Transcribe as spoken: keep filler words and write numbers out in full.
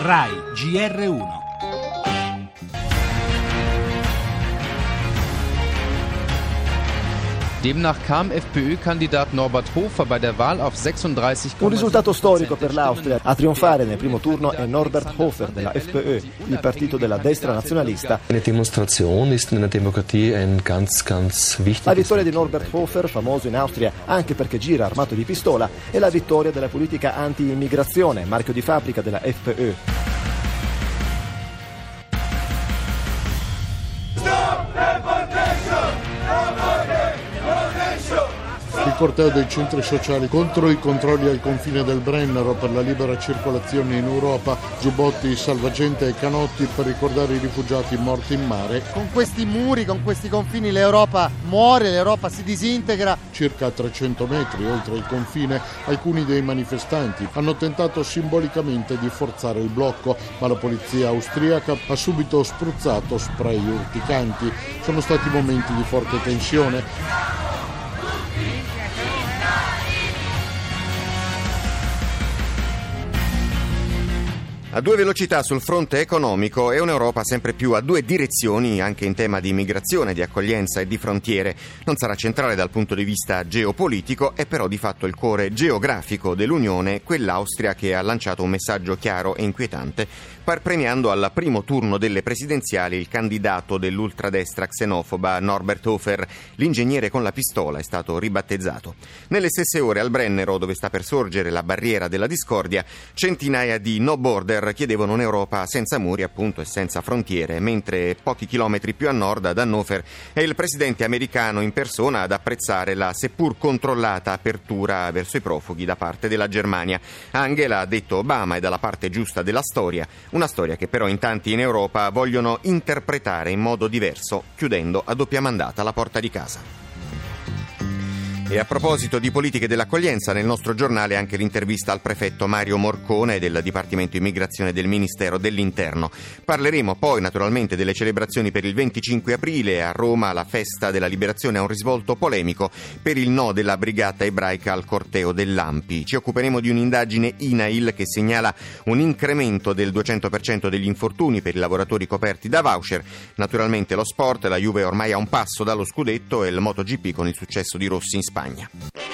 Rai G R uno. Demnach kam FPÖ-Kandidat Norbert Hofer bei der Wahl auf sechsunddreißig. Un risultato storico per l'Austria. A trionfare nel primo turno è Norbert Hofer della FPÖ, il partito della destra nazionalista. Eine Demonstration ist in einer Demokratie ein ganz, ganz wichtiges. La vittoria di Norbert Hofer, famoso in Austria anche perché gira armato di pistola, è la vittoria della politica anti-immigrazione, marchio di fabbrica della FPÖ. Il corteo dei centri sociali contro i controlli al confine del Brennero per la libera circolazione in Europa, giubbotti, salvagente e canotti per ricordare i rifugiati morti in mare. Con questi muri, con questi confini l'Europa muore, l'Europa si disintegra. Circa a trecento metri oltre il confine, alcuni dei manifestanti hanno tentato simbolicamente di forzare il blocco, ma la polizia austriaca ha subito spruzzato spray urticanti. Sono stati momenti di forte tensione. A due velocità sul fronte economico e un'Europa sempre più a due direzioni anche in tema di immigrazione, di accoglienza e di frontiere. Non sarà centrale dal punto di vista geopolitico, è però di fatto il cuore geografico dell'Unione, quell'Austria che ha lanciato un messaggio chiaro e inquietante, premiando al primo turno delle presidenziali il candidato dell'ultradestra xenofoba Norbert Hofer. L'ingegnere con la pistola è stato ribattezzato. Nelle stesse ore al Brennero, dove sta per sorgere la barriera della discordia, centinaia di no border chiedevano un'Europa senza muri appunto e senza frontiere, mentre pochi chilometri più a nord ad Hannover è il presidente americano in persona ad apprezzare la seppur controllata apertura verso i profughi da parte della Germania. Angela, ha detto Obama, è dalla parte giusta della storia, una storia che però in tanti in Europa vogliono interpretare in modo diverso, chiudendo a doppia mandata la porta di casa. E a proposito di politiche dell'accoglienza, nel nostro giornale anche l'intervista al prefetto Mario Morcone del Dipartimento Immigrazione del Ministero dell'Interno. Parleremo poi naturalmente delle celebrazioni per il venticinque aprile. A Roma la festa della liberazione ha un risvolto polemico per il no della brigata ebraica al corteo dell'A M P I. Ci occuperemo di un'indagine I N A I L che segnala un incremento del duecento per cento degli infortuni per i lavoratori coperti da voucher. Naturalmente lo sport, la Juve ormai a un passo dallo scudetto e il MotoGP con il successo di Rossi in Spagna.